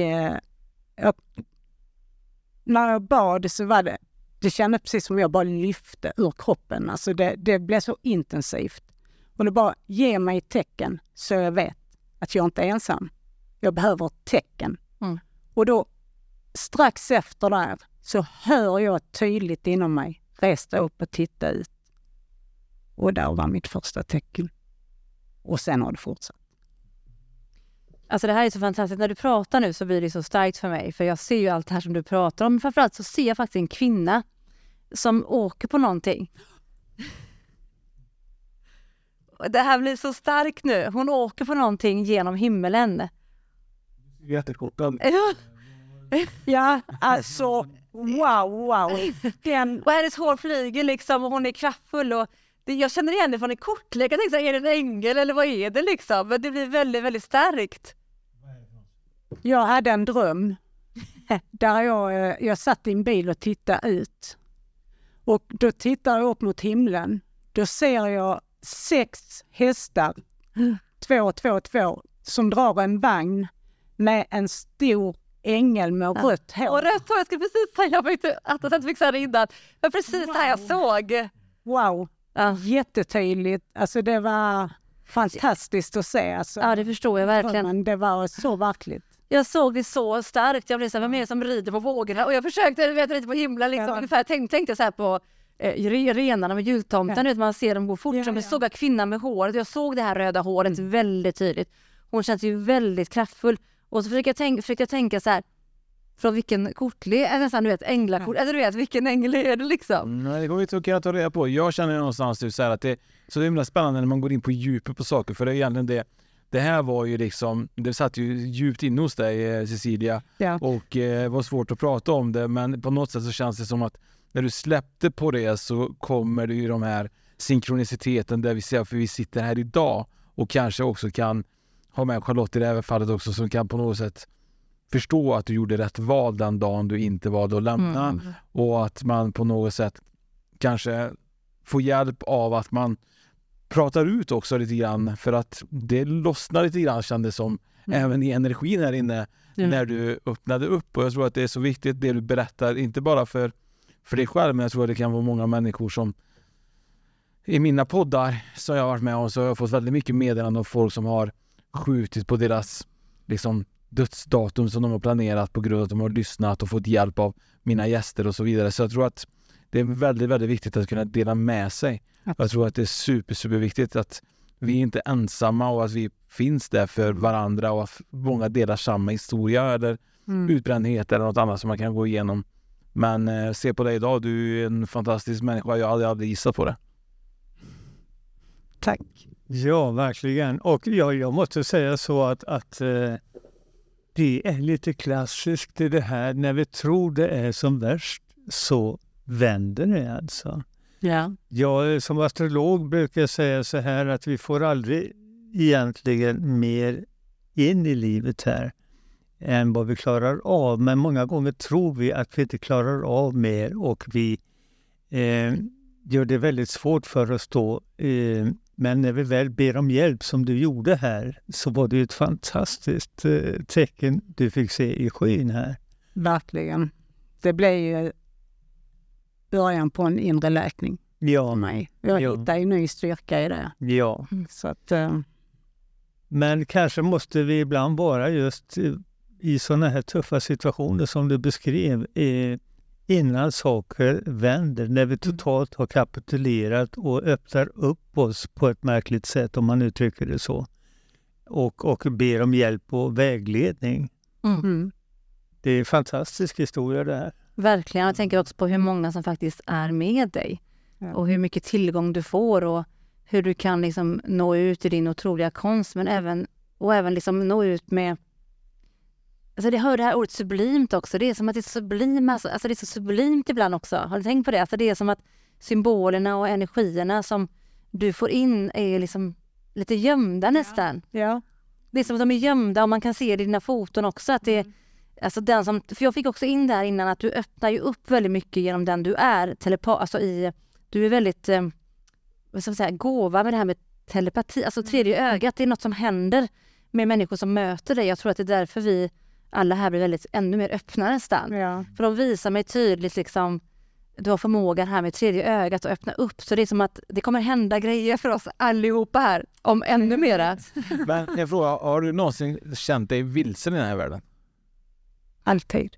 när jag bad så var det kändes precis som jag bara lyfte ur kroppen. Alltså det blev så intensivt. Och det bara, ge mig tecken så jag vet att jag inte är ensam. Jag behöver tecken. Och då strax efter där så hör jag tydligt inom mig resta upp och titta ut. Och där var mitt första tecken. Och sen har det fortsatt. Alltså det här är så fantastiskt. När du pratar nu så blir det så starkt för mig. För jag ser ju allt det här som du pratar om. Men framförallt så ser jag faktiskt en kvinna som åker på någonting. Det här blir så starkt nu. Hon åker på någonting genom himmelen. Jättekortad. Ja, alltså wow. Och hennes hår flyger liksom, och hon är kraftfull, och jag känner igen det från en kortlek. Jag tänkte, är det en ängel eller vad är det liksom? Men det blir väldigt, väldigt starkt. Jag hade en dröm där jag satt i en bil och tittade ut. Och då tittar jag upp mot himlen. Då ser jag 6 hästar, 2 som drar en vagn med en stor ängel med rött hår. Och rött hår, jag skulle precis säga, jag vet att jag inte fick säga det innan. Men precis det här jag såg. Wow, jättetydligt. Alltså det var fantastiskt att se. Alltså, ja, det förstår jag verkligen. Det var så verkligt. Jag såg det så starkt. Jag blev så här, vem är det som rider på vågorna? Och jag försökte lite på himlen liksom. Ungefär tänkte så här på renarna med jultomten. Ja. Man ser dem gå fort. Jag såg kvinnan med håret. Jag såg det här röda håret väldigt tydligt. Hon känns ju väldigt kraftfull. Och så fick jag tänka så här, från vilken kortlek, nästan du vet, änglakort, eller du vet, vilken ängel är det liksom? Nej, det går inte att ta reda på. Jag känner någonstans typ så här att det är så himla spännande när man går in på djupet på saker, för det är egentligen det här var ju liksom, det satt ju djupt in hos dig, Cecilia, och var svårt att prata om det, men på något sätt så känns det som att när du släppte på det så kommer det ju de här synkroniciteten där vi ser, för vi sitter här idag och kanske också kan ha med Charlotte i det här fallet också, som kan på något sätt förstå att du gjorde rätt val den dagen du inte valde att lämna, och att man på något sätt kanske får hjälp av att man pratar ut också lite grann, för att det lossnar lite grann, kändes som, även i energin här inne när du öppnade upp. Och jag tror att det är så viktigt det du berättar, inte bara för dig själv, men jag tror att det kan vara många människor som i mina poddar som jag har varit med om, så har jag fått väldigt mycket meddelanden av folk som har skjutit på deras liksom dödsdatum som de har planerat på grund av att de har lyssnat och fått hjälp av mina gäster och så vidare. Så jag tror att det är väldigt, väldigt viktigt att kunna dela med sig. Jag tror att det är super viktigt att vi inte är ensamma, och att vi finns där för varandra, och att många delar samma historia eller utbrändhet eller något annat som man kan gå igenom. Men se på dig idag, du är en fantastisk människa. Jag hade aldrig gissat på det. Tack. Ja, verkligen. Och jag måste säga så att det är lite klassiskt i det här. När vi tror det är som värst så vänder det alltså. Ja. Jag som astrolog brukar säga så här att vi får aldrig egentligen mer in i livet här än vad vi klarar av. Men många gånger tror vi att vi inte klarar av mer, och vi gör det väldigt svårt för oss då. Men när vi väl ber om hjälp som du gjorde här, så var det ett fantastiskt tecken du fick se i skyn här. Verkligen. Det blev ju början på en inre läkning. Ja. Nej. Jag hittade ju ny styrka i det. Ja. Så att, men kanske måste vi ibland vara just i sådana här tuffa situationer som du beskrev innan saker vänder, när vi totalt har kapitulerat och öppnar upp oss på ett märkligt sätt, om man uttrycker det så. Och ber om hjälp och vägledning. Det är en fantastisk historia det här. Verkligen. Jag tänker också på hur många som faktiskt är med dig. Ja. Och hur mycket tillgång du får och hur du kan liksom nå ut i din otroliga konst, men även liksom nå ut med... Alltså det hör det här ordet sublimt också. Det är som att det är sublimt, alltså det är så sublimt ibland också. Har du tänkt på det? Alltså det är som att symbolerna och energierna som du får in är liksom lite gömda nästan. Ja. Det är som att de är gömda och man kan se det i dina foton också. Att det är, alltså den som, för jag fick också in där innan att du öppnar ju upp väldigt mycket genom den du är. Du är väldigt, vad ska man säga, gåva med det här med telepati. Alltså tredje ögat, det är något som händer med människor som möter dig. Jag tror att det är därför vi alla här blir väldigt ännu mer öppna nästan. Ja. För de visar mig tydligt liksom, du har förmågan här med tredje ögat att öppna upp. Så det är som att det kommer hända grejer för oss allihopa här om ännu mera. Men jag frågar, har du någonsin känt dig vilsen i den här världen? Alltid.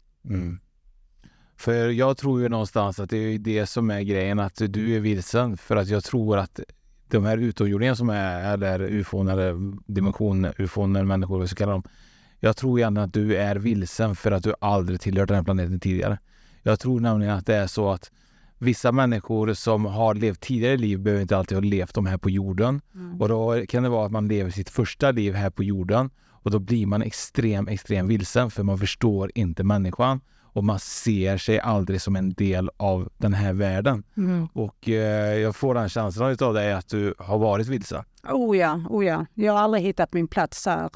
För jag tror ju någonstans att det är det som är grejen, att du är vilsen. För att jag tror att de här utomjordingarna som är, eller ufon eller dimensioner, ufon eller människor, vad ska kalla dem. Jag tror gärna att du är vilsen för att du aldrig tillhört den här planeten tidigare. Jag tror nämligen att det är så att vissa människor som har levt tidigare liv behöver inte alltid ha levt de här på jorden. Och då kan det vara att man lever sitt första liv här på jorden. Och då blir man extrem vilsen, för man förstår inte människan. Och man ser sig aldrig som en del av den här världen. Och jag får den känslan av dig att du har varit vilsen. Oh ja. Jag har aldrig hittat min plats här.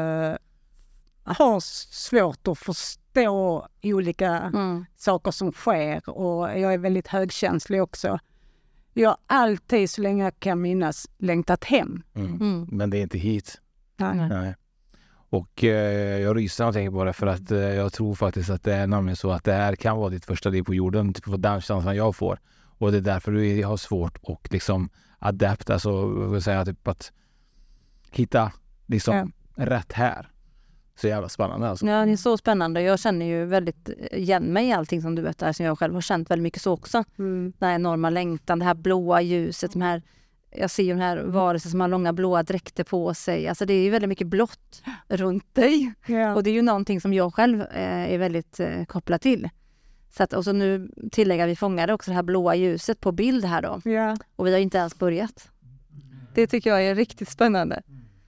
Har svårt att förstå olika saker som sker. Och jag är väldigt högkänslig också. Jag har alltid, så länge jag kan minnas, längtat hem. Men det är inte hit. Nej. Och jag ryser när jag tänker på det, för att jag tror faktiskt att det är nämligen så att det här kan vara ditt första liv på jorden, typ på den känslan jag får. Och det är därför du har svårt att liksom adapta, alltså vill säga typ att hitta liksom rätt här. Så jävla spännande alltså. Ja, det är så spännande. Jag känner ju väldigt igen mig i allting som du berättar, som jag själv har känt väldigt mycket så också. Den här enorma längtan, det här blåa ljuset, de här, jag ser ju den här varelsen som har långa blåa dräkter på sig. Alltså det är ju väldigt mycket blått runt dig. Och det är ju någonting som jag själv är väldigt kopplad till. Så att, och så nu tillägger vi fångade också det här blåa ljuset på bild här då. Och vi har inte ens börjat. Det tycker jag är riktigt spännande.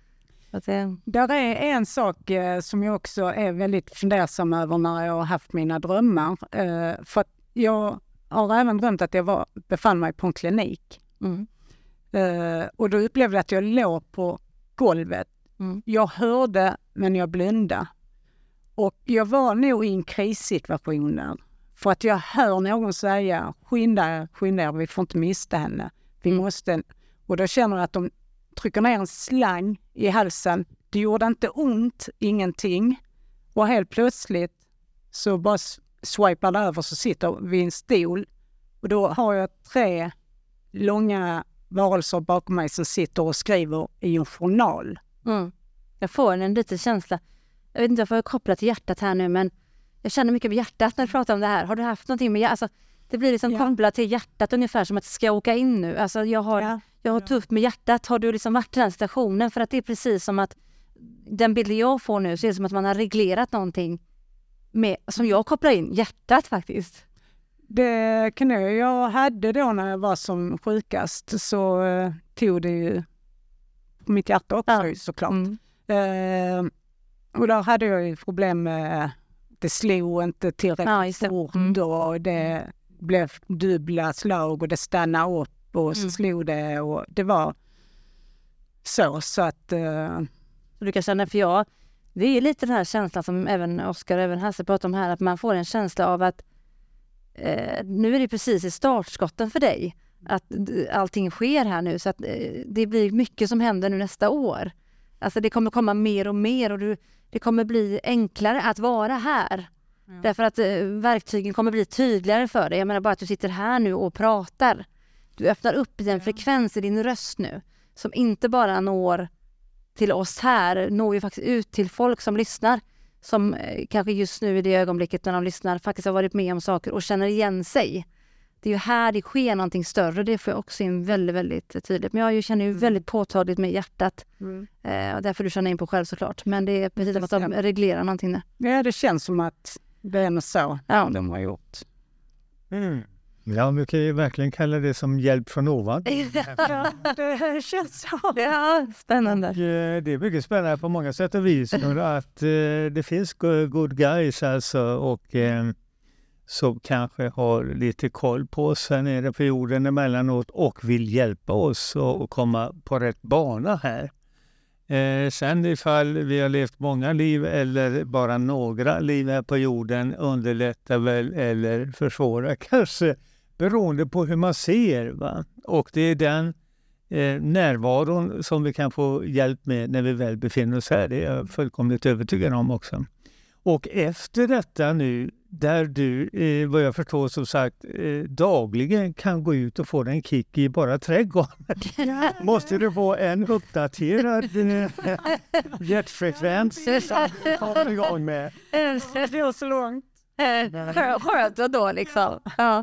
Där är en sak som jag också är väldigt fundersam över när jag har haft mina drömmar. För att jag har även drömt att jag befann mig på en klinik. Och då upplevde jag att jag låg på golvet. Jag hörde, men jag blundade. Och jag var nog i en krissituation där. För att jag hör någon säga, skynda er, vi får inte mista henne. Vi måste... Och då känner jag att de trycker ner en slang i halsen. Det gjorde inte ont, ingenting. Och helt plötsligt så bara swipar det över, så sitter vi i en stol. Och då har jag 3 långa varelser bakom mig som sitter och skriver i en journal. Jag får en liten känsla. Jag vet inte, jag får koppla till hjärtat här nu, men jag känner mycket med hjärtat när jag pratar om det här. Har du haft någonting med hjärtat? Alltså, det blir liksom kopplat till hjärtat, ungefär som att det ska åka in nu. Alltså, jag har tufft med hjärtat. Har du liksom varit i den stationen? För att det är precis som att den bilden jag får nu, så är det som att man har reglerat någonting med, som jag kopplar in hjärtat faktiskt. Det kan jag hade då när jag var som sjukast, så tog det ju mitt hjärta också såklart. Och där hade jag ju problem med, det slog inte tillräckligt fort och det blev dubbla slag och det stannade upp och så slog det, och det var så att... Du kan känna, för det är lite den här känslan som även Oskar och även Hasse pratar om här, att man får en känsla av att nu är det precis i startskotten för dig. att allting sker här nu. Så att det blir mycket som händer nu nästa år. Alltså det kommer komma mer och mer och det kommer bli enklare att vara här. Ja. Därför att verktygen kommer bli tydligare för dig. Jag menar bara att du sitter här nu och pratar. Du öppnar upp i en frekvens i din röst nu som inte bara når till oss här, når ju faktiskt ut till folk som lyssnar. Som kanske just nu i det ögonblicket när de lyssnar faktiskt har varit med om saker och känner igen sig. Det är ju här det sker någonting större. Det får jag också in väldigt, väldigt tydligt. Men jag känner ju väldigt påtagligt med hjärtat. Och därför du känner in på själv såklart. Men det är precis som att de reglerar någonting där. Ja, det känns som att det är något så de har gjort. Ja, vi kan ju verkligen kalla det som hjälp från ovan. Det känns så. Ja, spännande. Det är mycket spännande på många sätt och vis. Att det finns good guys alltså och som kanske har lite koll på oss här nere på jorden emellanåt och vill hjälpa oss att komma på rätt bana här. Sen ifall vi har levt många liv eller bara några liv här på jorden underlättar väl eller försvårar kanske beroende på hur man ser. Va? Och det är den närvaron som vi kan få hjälp med när vi väl befinner oss här. Det är jag fullkomligt övertygad om också. Och efter detta nu, där du, vad jag förstår som sagt, dagligen kan gå ut och få en kick i bara trädgården. Måste du få en uppdaterad hjärtfrekvens som igång med. Det går så långt. Skönt då liksom. Ja.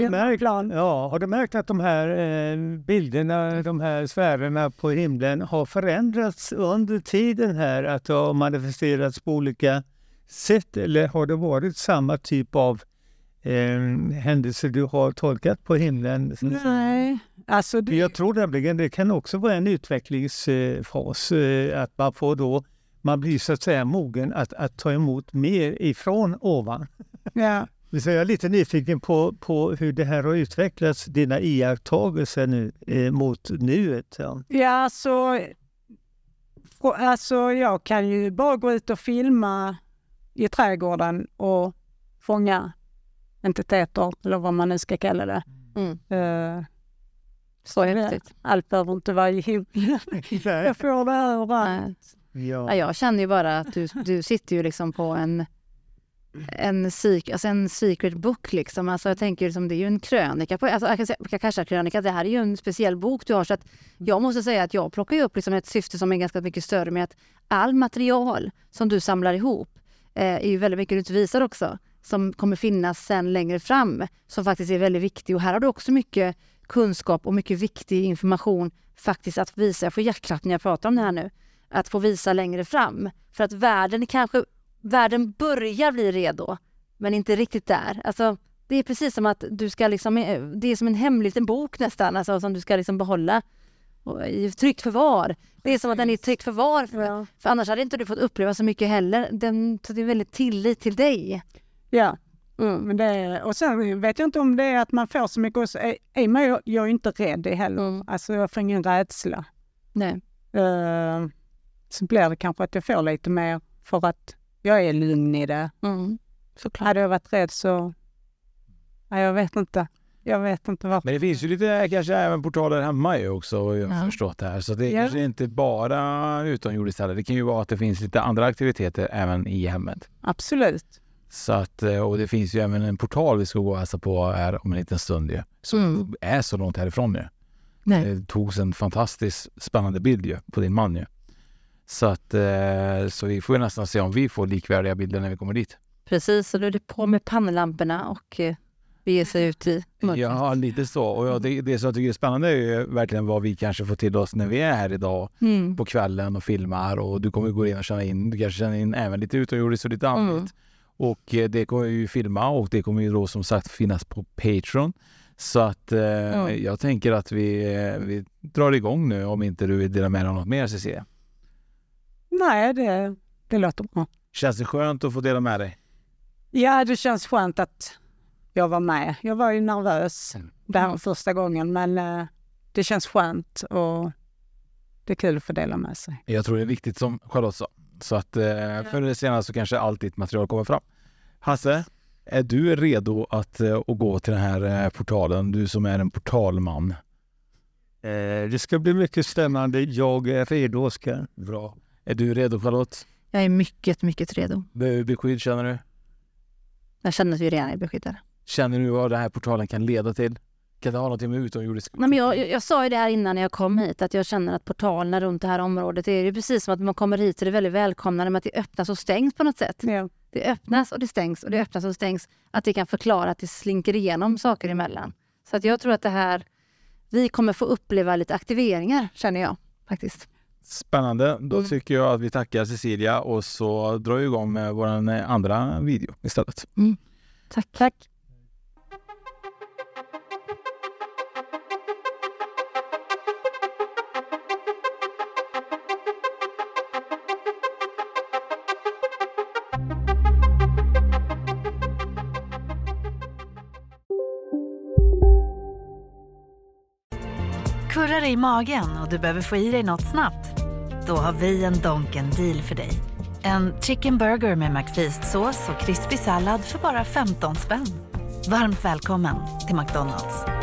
Har du märkt att de här bilderna, de här sfärerna på himlen har förändrats under tiden här? Att det har manifesterats på olika sätt, eller har det varit samma typ av händelser du har tolkat på himlen? Nej. Alltså jag tror nämligen det kan också vara en utvecklingsfas. Att man får då, man blir så att säga mogen att ta emot mer ifrån ovan. Ja. Så jag är lite nyfiken på hur det här har utvecklats, dina iakttagelser nu mot nuet. Ja, alltså jag kan ju bara gå ut och filma i trädgården och fånga entiteter eller vad man nu ska kalla det. Så är det. Allt behöver inte vara ihop. Jag får det överallt. Ja, jag känner ju bara att du sitter ju liksom på en secret book liksom. Alltså jag tänker liksom, det är ju en krönika på, alltså kanske krönika, det här är ju en speciell bok du har, så att jag måste säga att jag plockar ju upp liksom ett syfte som är ganska mycket större med att all material som du samlar ihop är ju väldigt mycket du visar också, som kommer finnas sen längre fram, som faktiskt är väldigt viktig. Och här har du också mycket kunskap och mycket viktig information faktiskt att visa. Jag får hjärtklapp när jag pratar om det här nu. Att få visa längre fram. För att världen börjar bli redo, men inte riktigt där. Alltså, det är precis som att du ska liksom, det är som en hemlig liten bok nästan, alltså, som du ska liksom behålla i tryggt förvar. Det är som att den är tryggt förvar. För annars hade inte du fått uppleva så mycket heller. Så det är väldigt tillit till dig. Ja. Men och sen vet jag inte om det är att man får så mycket också. Jag är inte rädd heller. Alltså jag får ingen rädsla. Nej. Så blir det kanske att jag får lite mer för att jag är lugn i det. Såklart. Hade jag varit rädd så... Nej, jag vet inte varför. Men det finns ju lite kanske även portaler hemma ju också, jag har förstått det här. Så det är kanske inte bara utomjordiskt heller. Det kan ju vara att det finns lite andra aktiviteter även i hemmet. Absolut. Så att, och det finns ju även en portal vi ska gå och hälsa på här om en liten stund ju. Som är så långt härifrån nu. Det togs en fantastiskt spännande bild ju, på din man ju. Så att så vi får ju nästan se om vi får likvärdiga bilder när vi kommer dit. Precis, så då är det på med pannlamporna och vi ger sig ut i mörkret. Ja, lite så. Och det som jag tycker är spännande är ju verkligen vad vi kanske får till oss när vi är här idag på kvällen och filmar. Och du kommer gå in och du kanske känna in även lite utomjordiskt och lite annat. Och det kommer vi ju filma och det kommer ju då som sagt finnas på Patreon. Så att jag tänker att vi drar igång nu om inte du vill dela med dig av något mer, Cecilia. Nej, det låter bra. Känns det skönt att få dela med dig? Ja, det känns skönt att jag var med. Jag var ju nervös där första gången, men det känns skönt och det är kul att få dela med sig. Jag tror det är viktigt som Charlotte sa. Så att förr eller senare så kanske allt ditt material kommer fram. Hasse, Är du redo att gå till den här portalen? Du som är en portalman. Det ska bli mycket spännande. Jag är redo, Oskar. Bra. Är du redo, Charlotte? Jag är mycket, mycket redo. Behöver du beskydd, känner du? Jag känner att vi redan är beskyddade. Känner du vad den här portalen kan leda till? Kan det ha något med utomjordisk? Nej, men jag sa ju det här innan när jag kom hit, att jag känner att portalerna runt det här området är ju precis som att man kommer hit så det är väldigt välkomnande, med att det öppnas och stängs på något sätt. Ja. Det öppnas och det stängs och det öppnas och stängs. Att det kan förklara att det slinker igenom saker emellan. Så att jag tror att det här, vi kommer få uppleva lite aktiveringar, känner jag faktiskt. Spännande. Då tycker jag att vi tackar Cecilia och så drar vi igång med vår andra video istället. Tack. Kurrar i magen och du behöver få i dig något snabbt? Då har vi en Donken deal för dig. En chicken burger med McFeast-sås och krispig sallad för bara 15 spänn. Varmt välkommen till McDonald's.